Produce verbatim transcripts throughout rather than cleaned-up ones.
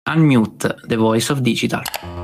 Unmute, the voice of digital.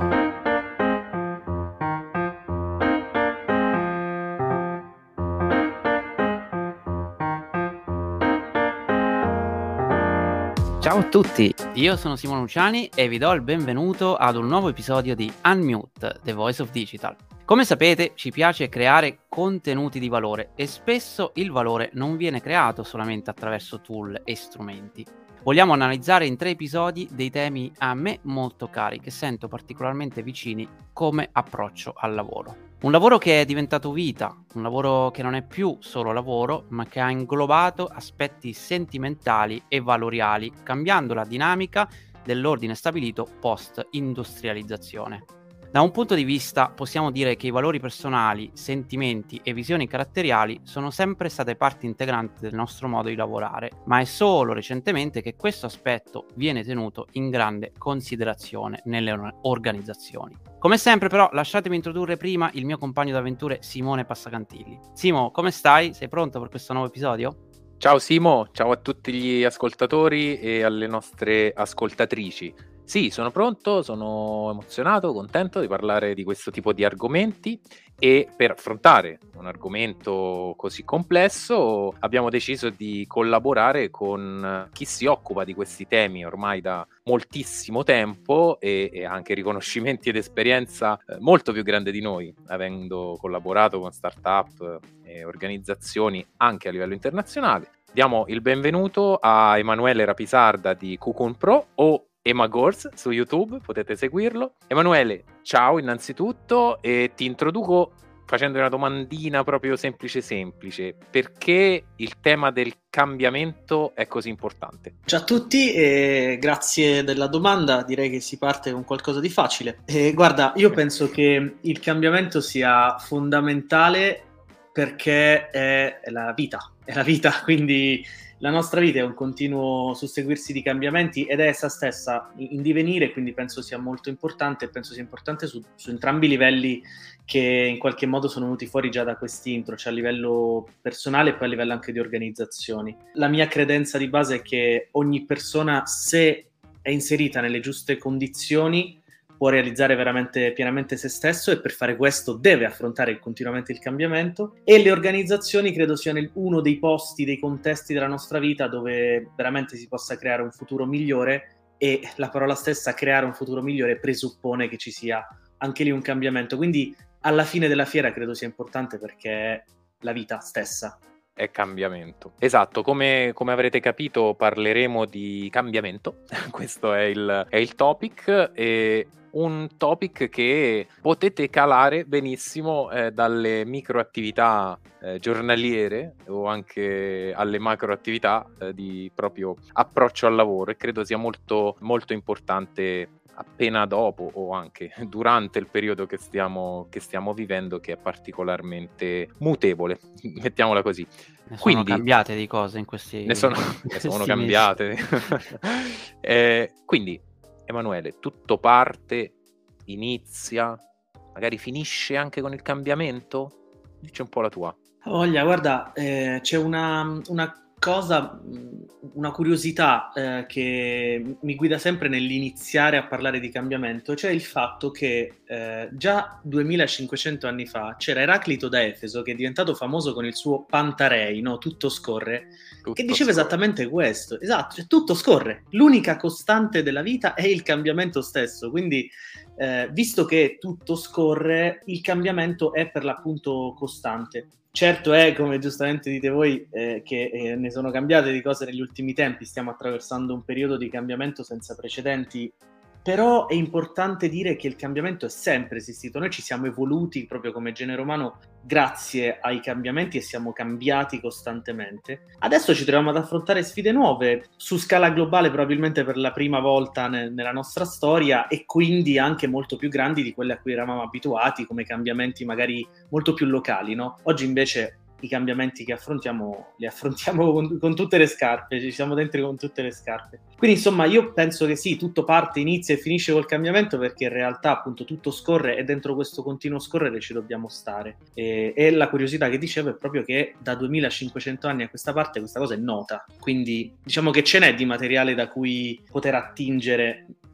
Ciao a tutti, io sono Simone Luciani e vi do il benvenuto ad un nuovo episodio di Unmute, the voice of digital. Come sapete, ci piace creare contenuti di valore e spesso il valore non viene creato solamente attraverso tool e strumenti. Vogliamo analizzare in tre episodi dei temi a me molto cari, che sento particolarmente vicini come approccio al lavoro. Un lavoro che è diventato vita, un lavoro che non è più solo lavoro, ma che ha inglobato aspetti sentimentali e valoriali, cambiando la dinamica dell'ordine stabilito post-industrializzazione. Da un punto di vista possiamo dire che i valori personali, sentimenti e visioni caratteriali sono sempre state parte integrante del nostro modo di lavorare, ma è solo recentemente che questo aspetto viene tenuto in grande considerazione nelle organizzazioni. Come sempre però lasciatemi introdurre prima il mio compagno d'avventure Simone Passacantilli. Simo, come stai? Sei pronto per questo nuovo episodio? Ciao Simo, ciao a tutti gli ascoltatori e alle nostre ascoltatrici. Sì, sono pronto, sono emozionato, contento di parlare di questo tipo di argomenti e per affrontare un argomento così complesso abbiamo deciso di collaborare con chi si occupa di questi temi ormai da moltissimo tempo e, e anche riconoscimenti ed esperienza eh, molto più grande di noi, avendo collaborato con start-up e organizzazioni anche a livello internazionale. Diamo il benvenuto a Emanuele Rapisarda di Cocoon Pro o Emagors su YouTube, potete seguirlo. Emanuele, ciao innanzitutto e ti introduco facendo una domandina proprio semplice semplice. Perché il tema del cambiamento è così importante? Ciao a tutti e grazie della domanda, direi che si parte con qualcosa di facile. E guarda, io penso che il cambiamento sia fondamentale perché è, è la vita, è la vita, quindi la nostra vita è un continuo susseguirsi di cambiamenti ed è essa stessa in divenire, quindi penso sia molto importante e penso sia importante su, su entrambi i livelli che in qualche modo sono venuti fuori già da quest'intro, cioè a livello personale e poi a livello anche di organizzazioni. La mia credenza di base è che ogni persona, se è inserita nelle giuste condizioni, può realizzare veramente pienamente se stesso e per fare questo deve affrontare continuamente il cambiamento e le organizzazioni credo siano uno dei posti, dei contesti della nostra vita dove veramente si possa creare un futuro migliore e la parola stessa creare un futuro migliore presuppone che ci sia anche lì un cambiamento, quindi alla fine della fiera credo sia importante perché è la vita stessa. È cambiamento. Esatto, come, come avrete capito parleremo di cambiamento, questo è il, è il topic e un topic che potete calare benissimo eh, dalle microattività eh, giornaliere o anche alle macroattività eh, di proprio approccio al lavoro e credo sia molto, molto importante appena dopo o anche durante il periodo che stiamo, che stiamo vivendo, che è particolarmente mutevole, mettiamola così. Ne sono Quindi, cambiate di cose in questi ne sono, in ne sono questi cambiate. eh, quindi, Emanuele, tutto parte, inizia, magari finisce anche con il cambiamento? Dici un po' la tua. Voglia, guarda, eh, c'è una, una cosa, una curiosità eh, che mi guida sempre nell'iniziare a parlare di cambiamento, cioè il fatto che eh, già duemilacinquecento anni fa c'era Eraclito da Efeso che è diventato famoso con il suo Pantarei, no? Tutto scorre, Tutto che diceva scorre. esattamente questo, esatto, cioè tutto scorre, l'unica costante della vita è il cambiamento stesso, quindi eh, visto che tutto scorre, il cambiamento è per l'appunto costante. Certo è, come giustamente dite voi, eh, che eh, ne sono cambiate di cose negli ultimi tempi, stiamo attraversando un periodo di cambiamento senza precedenti, però è importante dire che il cambiamento è sempre esistito, noi ci siamo evoluti proprio come genere umano grazie ai cambiamenti e siamo cambiati costantemente. Adesso ci troviamo ad affrontare sfide nuove, su scala globale probabilmente per la prima volta ne- nella nostra storia e quindi anche molto più grandi di quelle a cui eravamo abituati, come cambiamenti magari molto più locali, no? Oggi invece i cambiamenti che affrontiamo li affrontiamo con, con tutte le scarpe, ci siamo dentro con tutte le scarpe. Quindi insomma io penso che sì, tutto parte, inizia e finisce col cambiamento perché in realtà appunto tutto scorre e dentro questo continuo scorrere ci dobbiamo stare. E, e la curiosità che dicevo è proprio che da duemilacinquecento anni a questa parte questa cosa è nota, quindi diciamo che ce n'è di materiale da cui poter attingere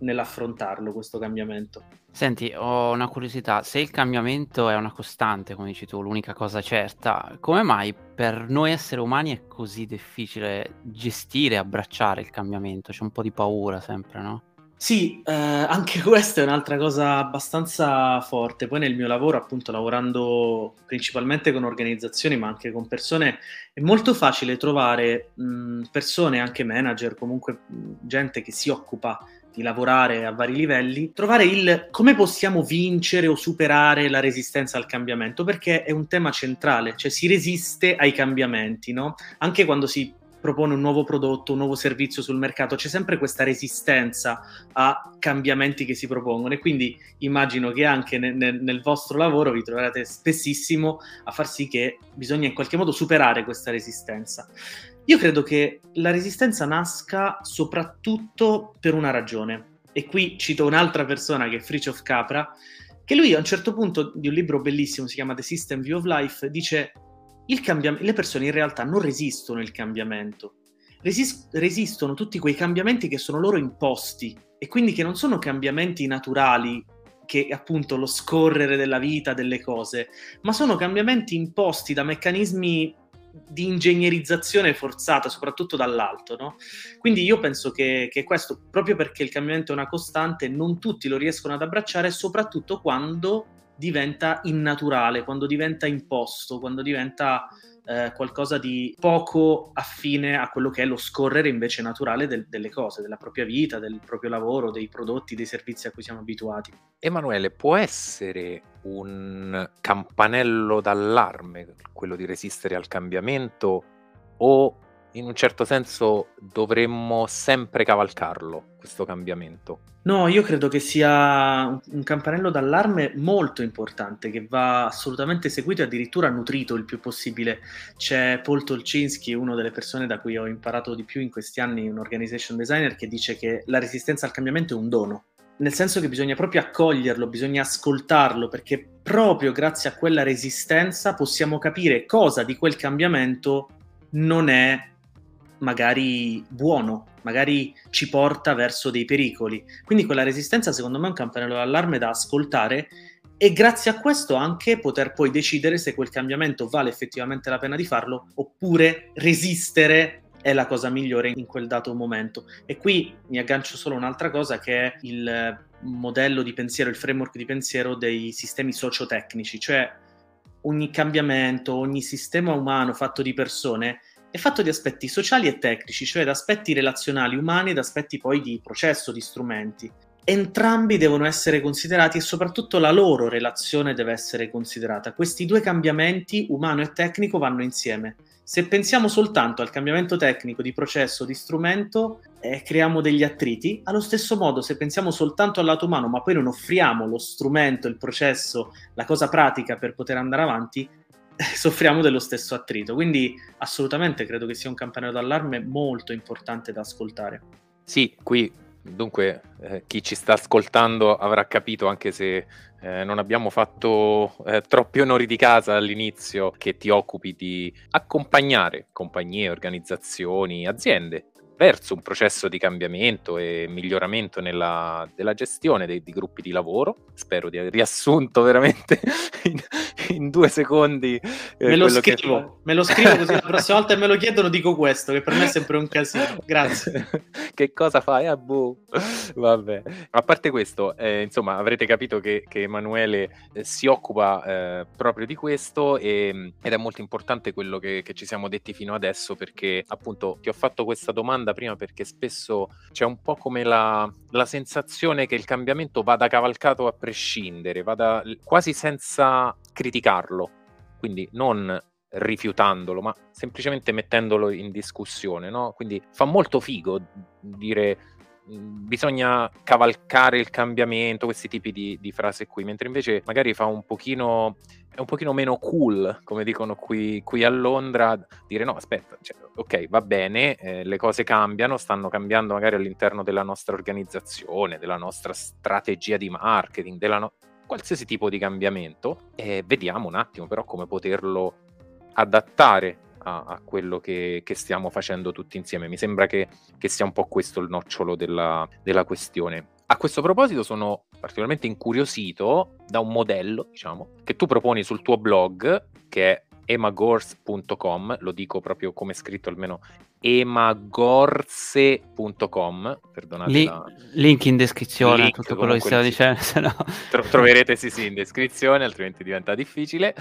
nell'affrontarlo questo cambiamento. Senti, ho una curiosità, se il cambiamento è una costante, come dici tu, l'unica cosa certa, come mai per noi esseri umani è così difficile gestire, abbracciare il cambiamento? C'è un po' di paura sempre, no? Sì, eh, anche questa è un'altra cosa abbastanza forte. Poi nel mio lavoro, appunto, lavorando principalmente con organizzazioni, ma anche con persone, è molto facile trovare mh, persone, anche manager, comunque mh, gente che si occupa di lavorare a vari livelli, trovare il come possiamo vincere o superare la resistenza al cambiamento, perché è un tema centrale, cioè si resiste ai cambiamenti, no? Anche quando si propone un nuovo prodotto, un nuovo servizio sul mercato, c'è sempre questa resistenza a cambiamenti che si propongono, e quindi immagino che anche nel, nel, nel vostro lavoro vi troverete spessissimo a far sì che bisogna in qualche modo superare questa resistenza. Io credo che la resistenza nasca soprattutto per una ragione, e qui cito un'altra persona che è Fritjof Capra, che lui a un certo punto di un libro bellissimo, si chiama The System View of Life, dice: il cambiam- le persone in realtà non resistono il cambiamento, Resis- resistono tutti quei cambiamenti che sono loro imposti, e quindi che non sono cambiamenti naturali, che è appunto lo scorrere della vita, delle cose, ma sono cambiamenti imposti da meccanismi di ingegnerizzazione forzata, soprattutto dall'alto, no? Quindi io penso che, che questo, proprio perché il cambiamento è una costante, non tutti lo riescono ad abbracciare, soprattutto quando diventa innaturale, quando diventa imposto, quando diventa eh, qualcosa di poco affine a quello che è lo scorrere invece naturale del, delle cose, della propria vita, del proprio lavoro, dei prodotti, dei servizi a cui siamo abituati. Emanuele, può essere un campanello d'allarme quello di resistere al cambiamento, o in un certo senso dovremmo sempre cavalcarlo, questo cambiamento? No, io credo che sia un, un campanello d'allarme molto importante, che va assolutamente seguito e addirittura nutrito il più possibile. C'è Paul Tolczynski, una delle persone da cui ho imparato di più in questi anni, un organization designer, che dice che la resistenza al cambiamento è un dono, nel senso che bisogna proprio accoglierlo, bisogna ascoltarlo, perché proprio grazie a quella resistenza possiamo capire cosa di quel cambiamento non è magari buono, magari ci porta verso dei pericoli. Quindi quella resistenza secondo me è un campanello d'allarme da ascoltare, e grazie a questo anche poter poi decidere se quel cambiamento vale effettivamente la pena di farlo, oppure resistere è la cosa migliore in quel dato momento. E qui mi aggancio solo un'altra cosa, che è il modello di pensiero, il framework di pensiero dei sistemi sociotecnici, cioè ogni cambiamento, ogni sistema umano fatto di persone è fatto di aspetti sociali e tecnici, cioè da aspetti relazionali umani ed aspetti poi di processo, di strumenti. Entrambi devono essere considerati, e soprattutto la loro relazione deve essere considerata. Questi due cambiamenti, umano e tecnico, vanno insieme. Se pensiamo soltanto al cambiamento tecnico di processo, di strumento, eh, creiamo degli attriti. Allo stesso modo, se pensiamo soltanto al lato umano, ma poi non offriamo lo strumento, il processo, la cosa pratica per poter andare avanti, soffriamo dello stesso attrito. Quindi assolutamente credo che sia un campanello d'allarme molto importante da ascoltare. Sì, qui dunque eh, chi ci sta ascoltando avrà capito, anche se eh, non abbiamo fatto eh, troppi onori di casa all'inizio, che ti occupi di accompagnare compagnie, organizzazioni, aziende verso un processo di cambiamento e miglioramento nella della gestione dei, di gruppi di lavoro. Spero di aver riassunto veramente in, in due secondi eh, me lo quello scrivo, che... me lo scrivo così la prossima volta che me lo chiedono dico questo, che per me è sempre un casino. Grazie. Che cosa fai? Ah, boh. Vabbè. A parte questo, eh, insomma, avrete capito che, che Emanuele eh, si occupa eh, proprio di questo, e, ed è molto importante quello che, che ci siamo detti fino adesso, perché appunto ti ho fatto questa domanda prima perché spesso c'è un po' come la, la sensazione che il cambiamento vada cavalcato a prescindere, vada quasi senza criticarlo, quindi non rifiutandolo, ma semplicemente mettendolo in discussione, no? Quindi fa molto figo dire bisogna cavalcare il cambiamento, questi tipi di, di frasi qui, mentre invece magari fa un pochino è un pochino meno cool, come dicono qui, qui a Londra, dire no, aspetta, cioè, ok, va bene, eh, le cose cambiano, stanno cambiando magari all'interno della nostra organizzazione, della nostra strategia di marketing, della no- qualsiasi tipo di cambiamento, e vediamo un attimo però come poterlo adattare a, a quello che, che stiamo facendo tutti insieme. Mi sembra che, che sia un po' questo il nocciolo della, della questione. A questo proposito sono particolarmente incuriosito da un modello, diciamo, che tu proponi sul tuo blog, che è emagorse punto com, lo dico proprio come è scritto, almeno emagorse punto com, perdonate Lì, la... link in descrizione, link, tutto quello che stiamo sì, dicendo, se no... tro- troverete sì sì in descrizione, altrimenti diventa difficile.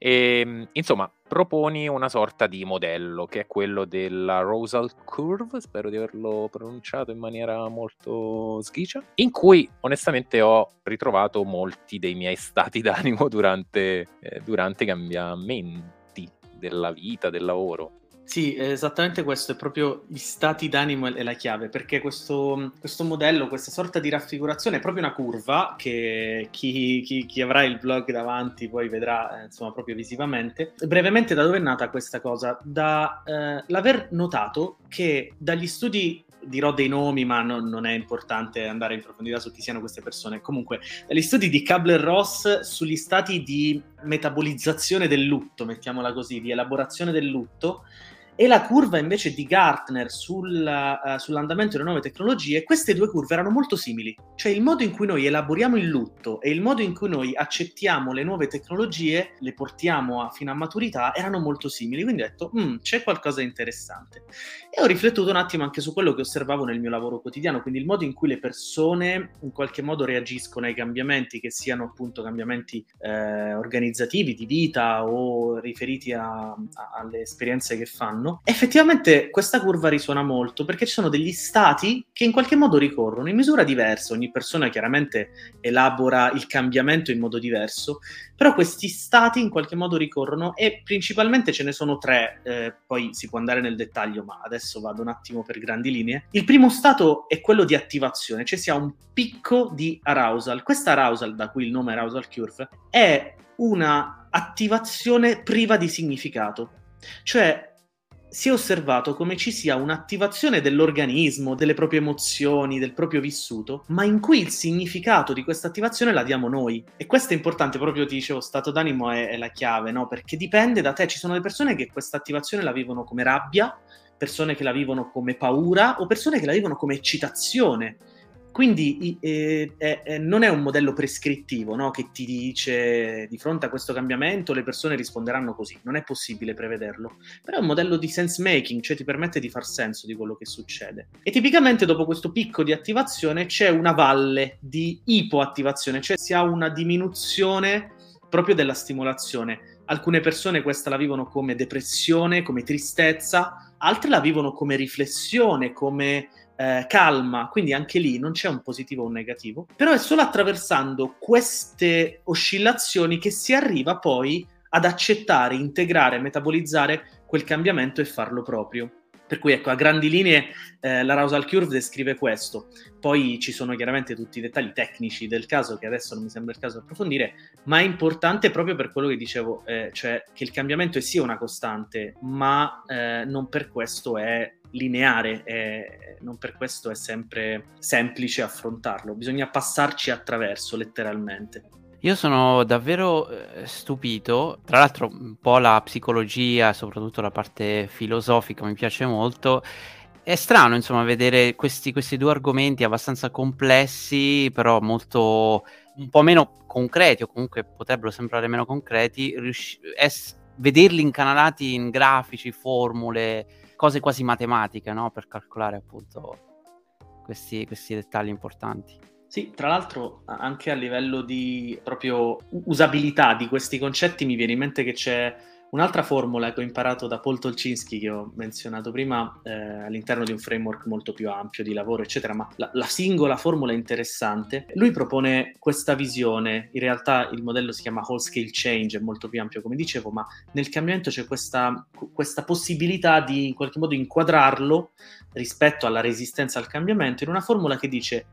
E, insomma, proponi una sorta di modello che è quello della Rosal Curve, spero di averlo pronunciato in maniera molto sghicia, in cui onestamente ho ritrovato molti dei miei stati d'animo durante, eh, durante i cambiamenti della vita, del lavoro. Sì, esattamente questo, è proprio gli stati d'animo è la chiave, perché questo, questo modello, questa sorta di raffigurazione è proprio una curva che chi, chi, chi avrà il blog davanti poi vedrà eh, insomma proprio visivamente. Brevemente, da dove è nata questa cosa? Da eh, l'aver notato che dagli studi, dirò dei nomi ma non, non è importante andare in profondità su chi siano queste persone, comunque dagli studi di Kubler-Ross sugli stati di metabolizzazione del lutto, mettiamola così, di elaborazione del lutto, e la curva invece di Gartner sulla, uh, sull'andamento delle nuove tecnologie, queste due curve erano molto simili. Cioè il modo in cui noi elaboriamo il lutto e il modo in cui noi accettiamo le nuove tecnologie, le portiamo a, fino a maturità, erano molto simili. Quindi ho detto, mm, c'è qualcosa di interessante. E ho riflettuto un attimo anche su quello che osservavo nel mio lavoro quotidiano, quindi il modo in cui le persone in qualche modo reagiscono ai cambiamenti, che siano appunto cambiamenti eh, organizzativi, di vita o riferiti a, a, alle esperienze che fanno. Effettivamente questa curva risuona molto perché ci sono degli stati che in qualche modo ricorrono in misura diversa, ogni persona chiaramente elabora il cambiamento in modo diverso, però questi stati in qualche modo ricorrono e principalmente ce ne sono tre, eh, poi si può andare nel dettaglio ma adesso vado un attimo per grandi linee. Il primo stato è quello di attivazione, cioè si ha un picco di arousal. Questa arousal, da cui il nome arousal curve, è una attivazione priva di significato, cioè si è osservato come ci sia un'attivazione dell'organismo, delle proprie emozioni, del proprio vissuto, ma in cui il significato di questa attivazione la diamo noi. E questo è importante, proprio ti dicevo, stato d'animo è, è la chiave, no? Perché dipende da te. Ci sono delle persone che questa attivazione la vivono come rabbia, persone che la vivono come paura o persone che la vivono come eccitazione. Quindi eh, eh, non è un modello prescrittivo, no? Che ti dice di fronte a questo cambiamento le persone risponderanno così, non è possibile prevederlo, però è un modello di sense making, cioè ti permette di far senso di quello che succede. E tipicamente dopo questo picco di attivazione c'è una valle di ipoattivazione, cioè si ha una diminuzione proprio della stimolazione. Alcune persone questa la vivono come depressione, come tristezza, altre la vivono come riflessione, come Eh, calma, quindi anche lì non c'è un positivo o un negativo, però è solo attraversando queste oscillazioni che si arriva poi ad accettare, integrare, metabolizzare quel cambiamento e farlo proprio. Per cui ecco, a grandi linee eh, la Arousal Curve descrive questo. Poi ci sono chiaramente tutti i dettagli tecnici del caso che adesso non mi sembra il caso di approfondire, ma è importante proprio per quello che dicevo, eh, cioè che il cambiamento è sì una costante, ma eh, non per questo è lineare, e non per questo è sempre semplice affrontarlo, bisogna passarci attraverso letteralmente. Io sono davvero eh, stupito, tra l'altro un po' la psicologia, soprattutto la parte filosofica mi piace molto. È strano insomma vedere questi, questi due argomenti abbastanza complessi, però molto un po' meno concreti, o comunque potrebbero sembrare meno concreti, riusci- es- vederli incanalati in grafici, formule, cose quasi matematiche, no? Per calcolare appunto questi, questi dettagli importanti. Sì, tra l'altro anche a livello di proprio usabilità di questi concetti mi viene in mente che c'è un'altra formula che ho imparato da Paul Tolchinsky, che ho menzionato prima, eh, all'interno di un framework molto più ampio di lavoro, eccetera, ma la, la singola formula è interessante. Lui propone questa visione, in realtà il modello si chiama whole scale change, è molto più ampio come dicevo, ma nel cambiamento c'è questa, questa possibilità di in qualche modo inquadrarlo rispetto alla resistenza al cambiamento in una formula che dice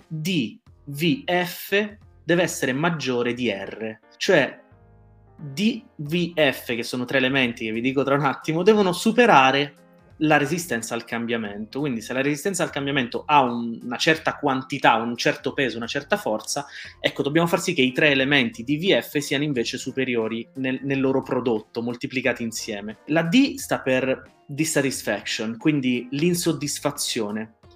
D V F deve essere maggiore di R, cioè D V F, che sono tre elementi che vi dico tra un attimo, devono superare la resistenza al cambiamento. Quindi se la resistenza al cambiamento ha un, una certa quantità, un certo peso, una certa forza, ecco, dobbiamo far sì che i tre elementi D V F siano invece superiori nel, nel loro prodotto, moltiplicati insieme. La D sta per dissatisfaction, quindi l'insoddisfazione.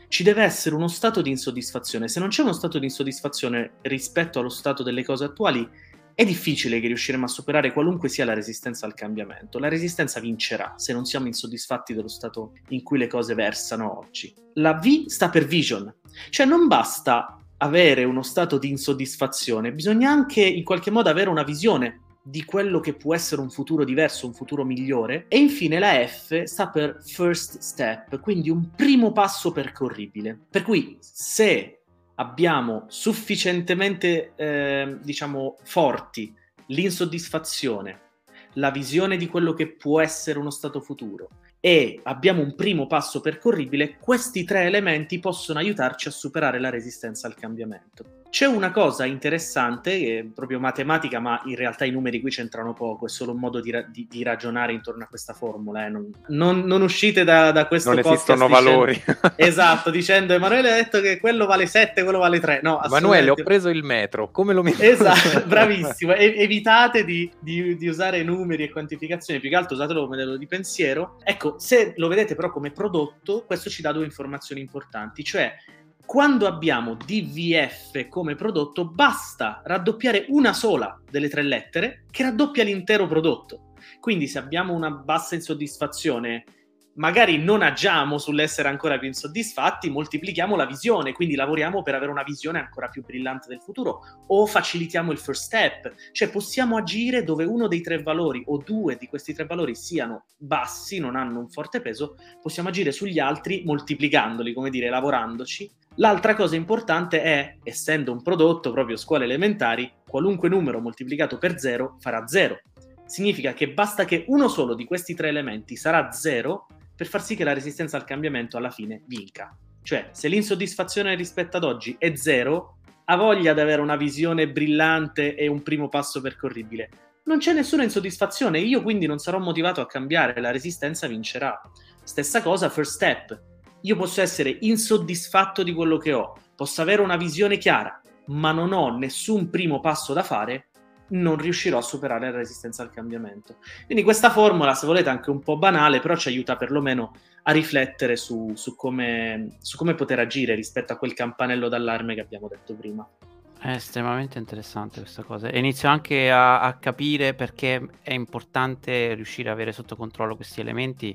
ci deve essere uno stato di insoddisfazione. Se non c'è uno stato di insoddisfazione rispetto allo stato delle cose attuali, è difficile che riusciremo a superare qualunque sia la resistenza al cambiamento. La resistenza vincerà se non siamo insoddisfatti dello stato in cui le cose versano oggi. La V sta per vision, cioè non basta avere uno stato di insoddisfazione, bisogna anche in qualche modo avere una visione di quello che può essere un futuro diverso, un futuro migliore. E infine la F sta per first step, quindi un primo passo percorribile. Per cui se abbiamo sufficientemente, eh, diciamo, forti l'insoddisfazione, la visione di quello che può essere uno stato futuro e abbiamo un primo passo percorribile, questi tre elementi possono aiutarci a superare la resistenza al cambiamento. C'è una cosa interessante, che è proprio matematica, ma in realtà i numeri qui c'entrano poco, è solo un modo di, ra- di, di ragionare intorno a questa formula. Eh. Non, non, non uscite da, da questo non podcast esistono dicendo, valori. Esatto, dicendo Emanuele ha detto che quello vale sette, quello vale tre. No, Emanuele, ho preso il metro, come lo metto? Esatto, bravissimo. E- evitate di, di, di usare numeri e quantificazioni, più che altro usatelo come modello di pensiero. Ecco, se lo vedete però come prodotto, questo ci dà due informazioni importanti, cioè quando abbiamo D V F come prodotto basta raddoppiare una sola delle tre lettere che raddoppia l'intero prodotto. Quindi se abbiamo una bassa insoddisfazione, magari non agiamo sull'essere ancora più insoddisfatti, moltiplichiamo la visione, quindi lavoriamo per avere una visione ancora più brillante del futuro, o facilitiamo il first step, cioè possiamo agire dove uno dei tre valori o due di questi tre valori siano bassi, non hanno un forte peso, possiamo agire sugli altri moltiplicandoli, come dire, lavorandoci. L'altra cosa importante è, essendo un prodotto, proprio scuole elementari, qualunque numero moltiplicato per zero farà zero. Significa che basta che uno solo di questi tre elementi sarà zero per far sì che la resistenza al cambiamento alla fine vinca. Cioè, se l'insoddisfazione rispetto ad oggi è zero, ha voglia di avere una visione brillante e un primo passo percorribile. Non c'è nessuna insoddisfazione, io quindi non sarò motivato a cambiare, la resistenza vincerà. Stessa cosa, first step. Io posso essere insoddisfatto di quello che ho, posso avere una visione chiara, ma non ho nessun primo passo da fare, non riuscirò a superare la resistenza al cambiamento. Quindi questa formula, se volete, è anche un po' banale, però ci aiuta perlomeno a riflettere su, su, come, su come poter agire rispetto a quel campanello d'allarme che abbiamo detto prima. È estremamente interessante questa cosa e inizio anche a, a capire perché è importante riuscire a avere sotto controllo questi elementi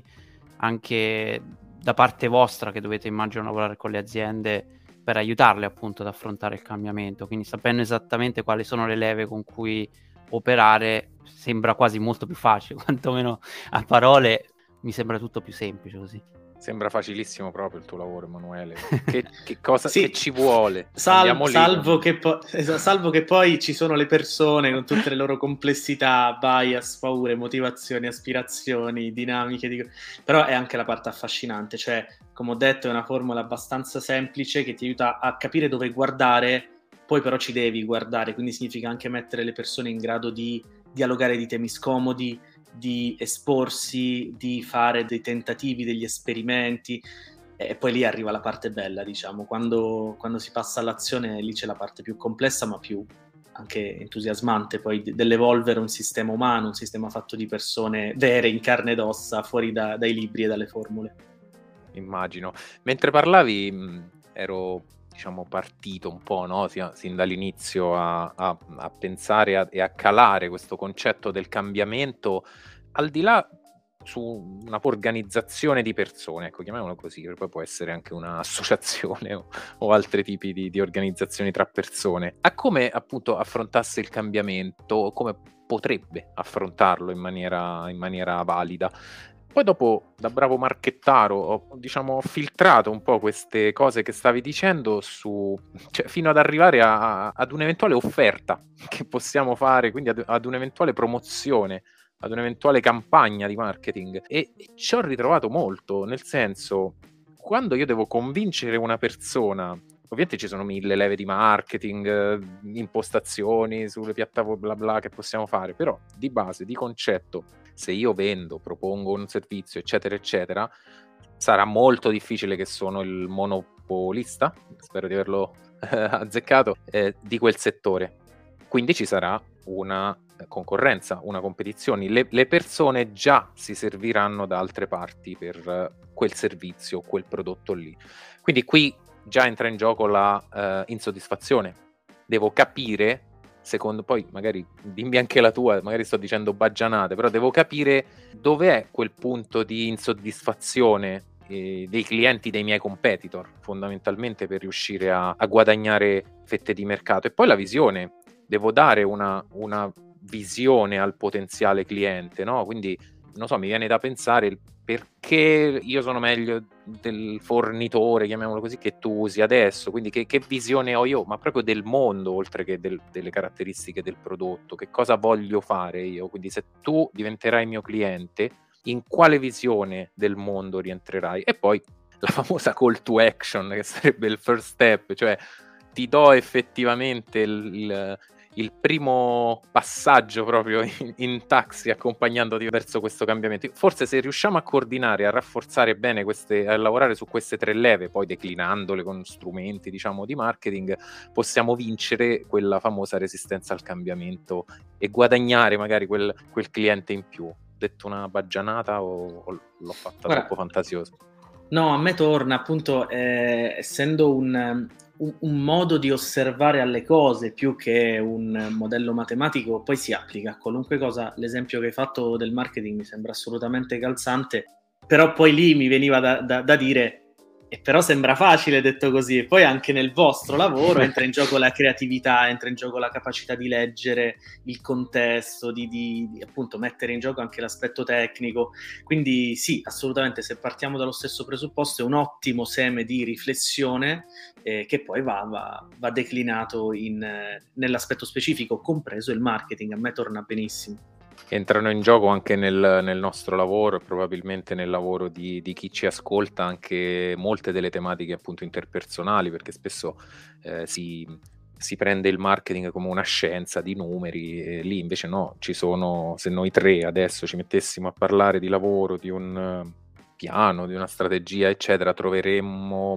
anche da parte vostra, che dovete, immagino, lavorare con le aziende per aiutarle appunto ad affrontare il cambiamento, quindi sapendo esattamente quali sono le leve con cui operare sembra quasi molto più facile, quantomeno a parole mi sembra tutto più semplice così. Sembra facilissimo proprio il tuo lavoro, Emanuele. Che, che cosa sì. che ci vuole? Sal- salvo, lì. che po- salvo che poi ci sono le persone con tutte le loro complessità, bias, paure, motivazioni, aspirazioni, dinamiche. Di... Però è anche la parte affascinante. Cioè, come ho detto, è una formula abbastanza semplice che ti aiuta a capire dove guardare, poi però ci devi guardare. Quindi significa anche mettere le persone in grado di dialogare di temi scomodi, di esporsi, di fare dei tentativi, degli esperimenti, e poi lì arriva la parte bella, diciamo, quando, quando si passa all'azione, lì c'è la parte più complessa ma più anche entusiasmante poi dell'evolvere un sistema umano, un sistema fatto di persone vere in carne ed ossa, fuori da, dai libri e dalle formule. Immagino. Mentre parlavi mh, ero diciamo partito un po', no? sin, sin dall'inizio a, a, a pensare a, e a calare questo concetto del cambiamento al di là su una organizzazione di persone, ecco, chiamiamolo così, che poi può essere anche un'associazione o, o altri tipi di, di organizzazioni tra persone, a come appunto affrontasse il cambiamento, come potrebbe affrontarlo in maniera, in maniera valida. Poi dopo, da bravo marchettaro, ho diciamo filtrato un po' queste cose che stavi dicendo su, cioè, fino ad arrivare a, a, ad un'eventuale offerta che possiamo fare, quindi ad, ad un'eventuale promozione, ad un'eventuale campagna di marketing. E, e ci ho ritrovato molto, nel senso, quando io devo convincere una persona, ovviamente ci sono mille leve di marketing, impostazioni sulle piattaforme bla bla che possiamo fare, però di base, di concetto, se io vendo, propongo un servizio, eccetera, eccetera, sarà molto difficile che sono il monopolista, spero di averlo eh, azzeccato, eh, di quel settore. Quindi ci sarà una concorrenza, una competizione. Le, le persone già si serviranno da altre parti per quel servizio, quel prodotto lì. Quindi qui già entra in gioco la uh, insoddisfazione. Devo capire, secondo, poi magari dimmi anche la tua, magari sto dicendo baggianate, però devo capire dov'è quel punto di insoddisfazione eh, dei clienti dei miei competitor, fondamentalmente, per riuscire a, a guadagnare fette di mercato. E poi la visione, devo dare una, una visione al potenziale cliente, no? Quindi, non so, mi viene da pensare il perché io sono meglio del fornitore, chiamiamolo così, che tu usi adesso, quindi che, che visione ho io, ma proprio del mondo, oltre che del, delle caratteristiche del prodotto, che cosa voglio fare io. Quindi se tu diventerai mio cliente, in quale visione del mondo rientrerai? E poi la famosa call to action, che sarebbe il first step, cioè ti do effettivamente il, il il primo passaggio proprio in, in taxi, accompagnandoti verso questo cambiamento. Forse se riusciamo a coordinare, a rafforzare bene queste, a lavorare su queste tre leve, poi declinandole con strumenti, diciamo, di marketing, possiamo vincere quella famosa resistenza al cambiamento e guadagnare magari quel, quel cliente in più. Ho detto una baggianata o, o l'ho fatta Guarda, troppo fantasiosa? No, a me torna appunto, eh, essendo un... Un, un modo di osservare alle cose più che un modello matematico, poi si applica a qualunque cosa. L'esempio che hai fatto del marketing mi sembra assolutamente calzante, però poi lì mi veniva da, da, da dire e però sembra facile detto così, e poi anche nel vostro lavoro entra in gioco la creatività, entra in gioco la capacità di leggere il contesto, di, di, di appunto mettere in gioco anche l'aspetto tecnico. Quindi sì, assolutamente, se partiamo dallo stesso presupposto è un ottimo seme di riflessione eh, che poi va, va, va declinato in, eh, nell'aspetto specifico, compreso il marketing. A me torna benissimo. Entrano in gioco anche nel, nel nostro lavoro e probabilmente nel lavoro di, di chi ci ascolta anche molte delle tematiche appunto interpersonali, perché spesso eh, si, si prende il marketing come una scienza di numeri e lì invece no, ci sono, se noi tre adesso ci mettessimo a parlare di lavoro, di un piano, di una strategia eccetera, troveremmo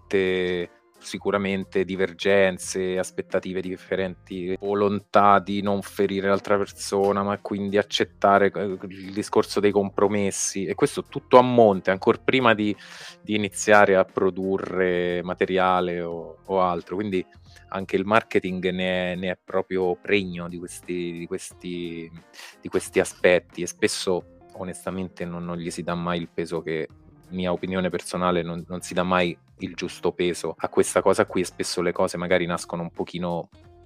molte sicuramente divergenze, aspettative differenti, volontà di non ferire l'altra persona, ma quindi accettare il discorso dei compromessi, e questo tutto a monte, ancora prima di, di iniziare a produrre materiale o, o altro. Quindi anche il marketing ne è, ne è proprio pregno di questi, di questi, di questi aspetti, e spesso onestamente non, non gli si dà mai il peso che, mia opinione personale, non, non si dà mai il giusto peso a questa cosa qui, e spesso le cose magari nascono un pochino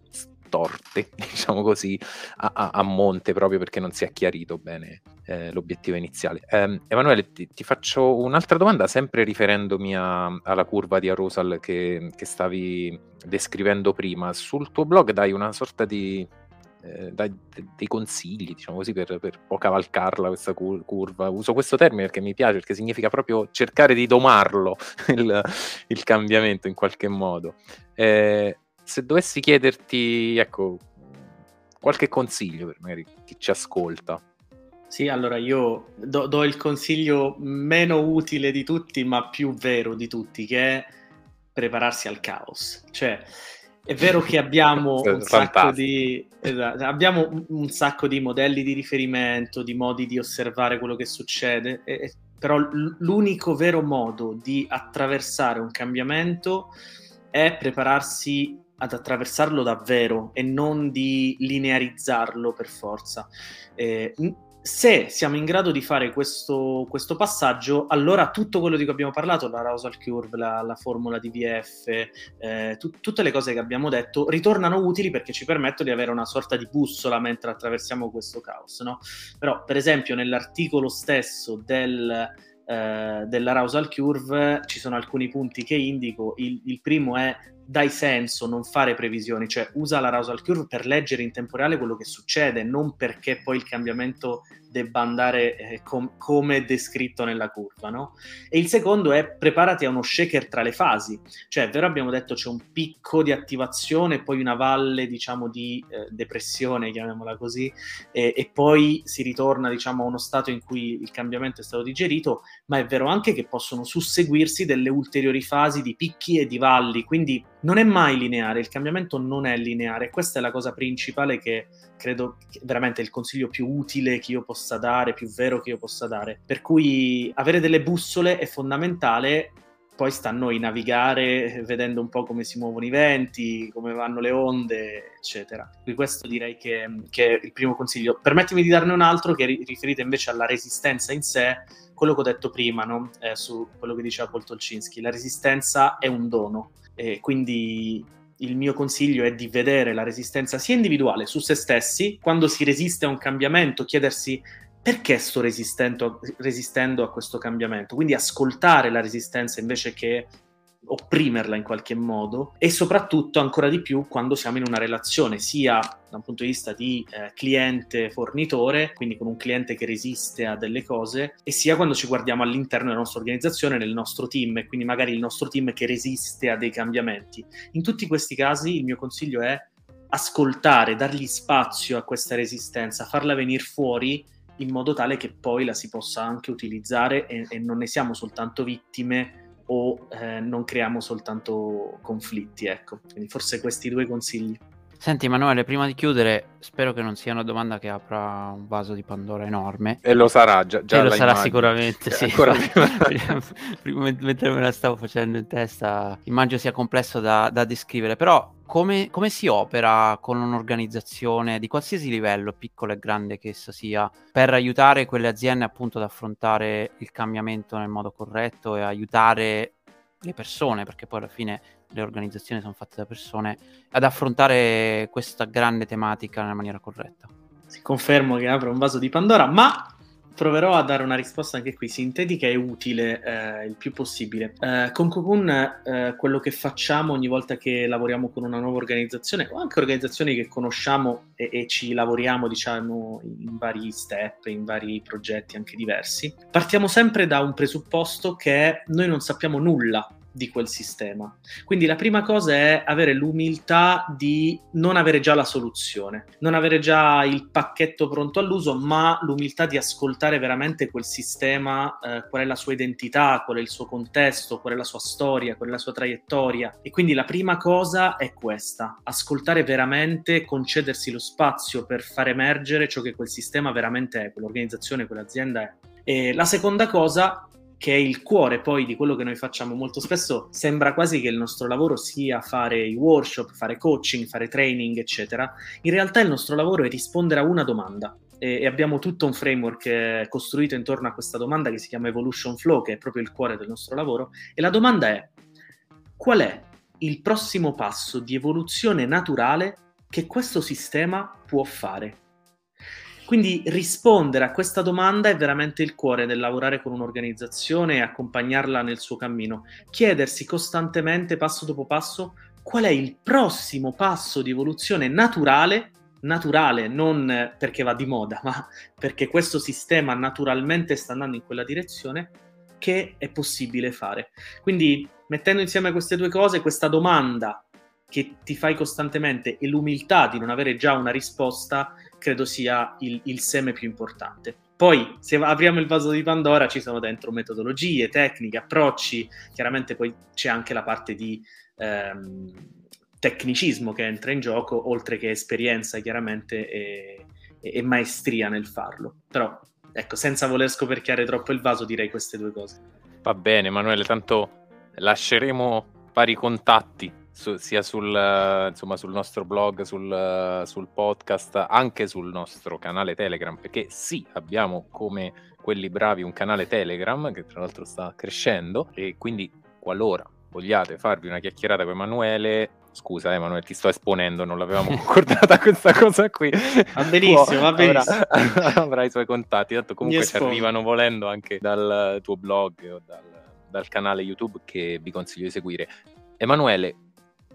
storte, diciamo così, a, a, a monte, proprio perché non si è chiarito bene eh, l'obiettivo iniziale. Eh, Emanuele, ti, ti faccio un'altra domanda, sempre riferendomi a, alla curva di arousal che, che stavi descrivendo prima. Sul tuo blog dai una sorta di Eh, dai, dei consigli, diciamo così, per, per poi cavalcarla questa cur- curva. Uso questo termine perché mi piace, perché significa proprio cercare di domarlo il, il cambiamento in qualche modo. Eh, se dovessi chiederti, ecco, qualche consiglio per magari chi ci ascolta. Sì, allora io do, do il consiglio meno utile di tutti, ma più vero di tutti, che è prepararsi al caos. Cioè, è vero che abbiamo un sacco di esatto, abbiamo un, un sacco di modelli di riferimento, di modi di osservare quello che succede, e, però l'unico vero modo di attraversare un cambiamento è prepararsi ad attraversarlo davvero e non di linearizzarlo per forza. Eh, se siamo in grado di fare questo, questo passaggio, allora tutto quello di cui abbiamo parlato, la arousal curve, la, la formula di V F, eh, tu, tutte le cose che abbiamo detto ritornano utili perché ci permettono di avere una sorta di bussola mentre attraversiamo questo caos, no? Però, per esempio, nell'articolo stesso del, eh, dell'arousal curve ci sono alcuni punti che indico. Il, il primo è: dai senso, non fare previsioni, cioè usa la arousal curve per leggere in tempo reale quello che succede, non perché poi il cambiamento debba andare eh, com- come descritto nella curva, no? E il secondo è preparati a uno shaker tra le fasi, cioè è vero, abbiamo detto c'è un picco di attivazione, poi una valle diciamo di eh, depressione, chiamiamola così, e, e poi si ritorna diciamo a uno stato in cui il cambiamento è stato digerito, ma è vero anche che possono susseguirsi delle ulteriori fasi di picchi e di valli, quindi non è mai lineare, il cambiamento non è lineare, questa è la cosa principale che credo che veramente è il consiglio più utile che io possa dare, più vero che io possa dare, per cui avere delle bussole è fondamentale. Poi sta a noi navigare vedendo un po' come si muovono i venti, come vanno le onde, eccetera. Quindi questo direi che, che è il primo consiglio. Permettimi di darne un altro che è riferito invece alla resistenza in sé, quello che ho detto prima, no? eh, su quello che diceva Paul Tolcinski. La resistenza è un dono, e quindi il mio consiglio è di vedere la resistenza sia individuale su se stessi, quando si resiste a un cambiamento, chiedersi perché sto resistendo, resistendo a questo cambiamento, quindi ascoltare la resistenza invece che opprimerla in qualche modo, e soprattutto ancora di più quando siamo in una relazione sia da un punto di vista di eh, cliente-fornitore, quindi con un cliente che resiste a delle cose, e sia quando ci guardiamo all'interno della nostra organizzazione, nel nostro team, e quindi magari il nostro team che resiste a dei cambiamenti. In tutti questi casi il mio consiglio è ascoltare, dargli spazio a questa resistenza, farla venire fuori in modo tale che poi la si possa anche utilizzare e, e non ne siamo soltanto vittime o eh, non creiamo soltanto conflitti, ecco. Quindi forse questi due consigli. Senti Emanuele, prima di chiudere, spero che non sia una domanda che apra un vaso di Pandora enorme. E lo sarà, già, già e lo la sarà immagino. sicuramente, sì. Ancora prima, prima, mentre me la stavo facendo in testa, immagino sia complesso da, da descrivere, però come, come si opera con un'organizzazione di qualsiasi livello, piccola e grande che essa sia, per aiutare quelle aziende appunto ad affrontare il cambiamento nel modo corretto e aiutare le persone, perché poi alla fine le organizzazioni sono fatte da persone, ad affrontare questa grande tematica nella maniera corretta? Si confermo che apro un vaso di Pandora, ma proverò a dare una risposta anche qui sintetica e utile eh, il più possibile. Eh, con Cocoon eh, quello che facciamo ogni volta che lavoriamo con una nuova organizzazione o anche organizzazioni che conosciamo e, e ci lavoriamo diciamo in vari step, in vari progetti anche diversi, partiamo sempre da un presupposto che noi non sappiamo nulla di quel sistema. Quindi la prima cosa è avere l'umiltà di non avere già la soluzione, non avere già il pacchetto pronto all'uso, ma l'umiltà di ascoltare veramente quel sistema, eh, qual è la sua identità, qual è il suo contesto, qual è la sua storia, qual è la sua traiettoria. E quindi la prima cosa è questa: ascoltare veramente, concedersi lo spazio per far emergere ciò che quel sistema veramente è, quell'organizzazione, quell'azienda è. E la seconda cosa, che è il cuore poi di quello che noi facciamo molto spesso, sembra quasi che il nostro lavoro sia fare i workshop, fare coaching, fare training, eccetera. In realtà il nostro lavoro è rispondere a una domanda e, e abbiamo tutto un framework eh, costruito intorno a questa domanda che si chiama Evolution Flow, che è proprio il cuore del nostro lavoro, e la domanda è: qual è il prossimo passo di evoluzione naturale che questo sistema può fare? Quindi rispondere a questa domanda è veramente il cuore del lavorare con un'organizzazione e accompagnarla nel suo cammino. Chiedersi costantemente, passo dopo passo, qual è il prossimo passo di evoluzione naturale, naturale non perché va di moda, ma perché questo sistema naturalmente sta andando in quella direzione, che è possibile fare. Quindi mettendo insieme queste due cose, questa domanda che ti fai costantemente e l'umiltà di non avere già una risposta, credo sia il, il seme più importante. Poi, se apriamo il vaso di Pandora, ci sono dentro metodologie, tecniche, approcci, chiaramente poi c'è anche la parte di ehm, tecnicismo che entra in gioco, oltre che esperienza, chiaramente, e, e maestria nel farlo. Però, ecco, senza voler scoperchiare troppo il vaso, direi queste due cose. Va bene, Emanuele, tanto lasceremo vari contatti Su, sia sul, uh, insomma, sul nostro blog, sul, uh, sul podcast, anche sul nostro canale Telegram, perché sì, abbiamo come quelli bravi un canale Telegram che tra l'altro sta crescendo, e quindi qualora vogliate farvi una chiacchierata con Emanuele, scusa Emanuele, ti sto esponendo, non l'avevamo concordata questa cosa qui, va benissimo, va benissimo. Avrà, avrà i suoi contatti, tanto comunque ci arrivano volendo anche dal tuo blog o dal, dal canale YouTube che vi consiglio di seguire. Emanuele,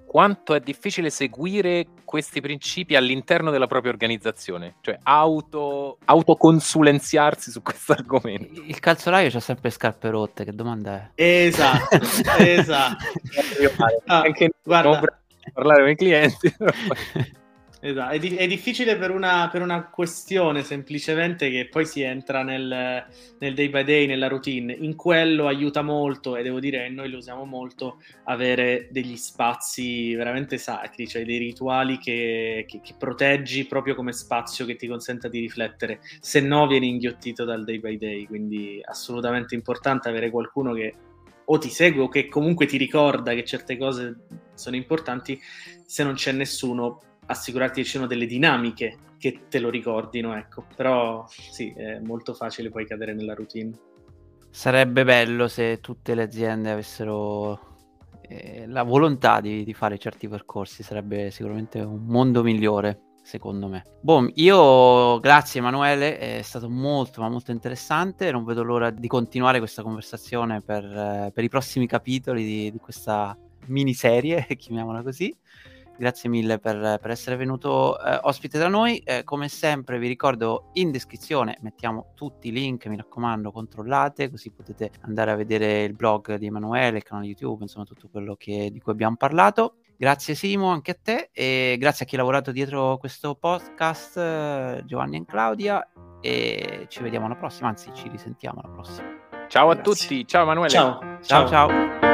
quanto è difficile seguire questi principi all'interno della propria organizzazione, cioè auto autoconsulenziarsi su questo argomento. Il calzolaio c'ha sempre scarpe rotte, che domanda è? Esatto, esatto. Ah, Anche guarda, non parlare con i clienti. esatto. È, di- è difficile per una, per una questione semplicemente che poi si entra nel, nel day by day, nella routine. In quello aiuta molto, e devo dire che noi lo usiamo molto, avere degli spazi veramente sacri, cioè dei rituali che, che, che proteggi proprio come spazio che ti consenta di riflettere, se no vieni inghiottito dal day by day. Quindi assolutamente importante avere qualcuno che o ti segue o che comunque ti ricorda che certe cose sono importanti. Se non c'è nessuno, assicurarti che ci sono delle dinamiche che te lo ricordino, ecco. Però sì, è molto facile poi cadere nella routine. Sarebbe bello se tutte le aziende avessero eh, la volontà di, di fare certi percorsi, sarebbe sicuramente un mondo migliore, secondo me. Boh, io grazie Emanuele, è stato molto ma molto interessante, non vedo l'ora di continuare questa conversazione per, eh, per i prossimi capitoli di, di questa miniserie, chiamiamola così. Grazie mille per, per essere venuto eh, ospite da noi. Eh, come sempre vi ricordo, in descrizione mettiamo tutti i link, mi raccomando, controllate, così potete andare a vedere il blog di Emanuele, il canale YouTube, insomma tutto quello che, di cui abbiamo parlato. Grazie Simo, anche a te, e grazie a chi ha lavorato dietro questo podcast, eh, Giovanni e Claudia, e ci vediamo alla prossima, anzi ci risentiamo alla prossima. Ciao a Grazie. tutti, ciao Emanuele. Ciao, Ciao ciao. ciao.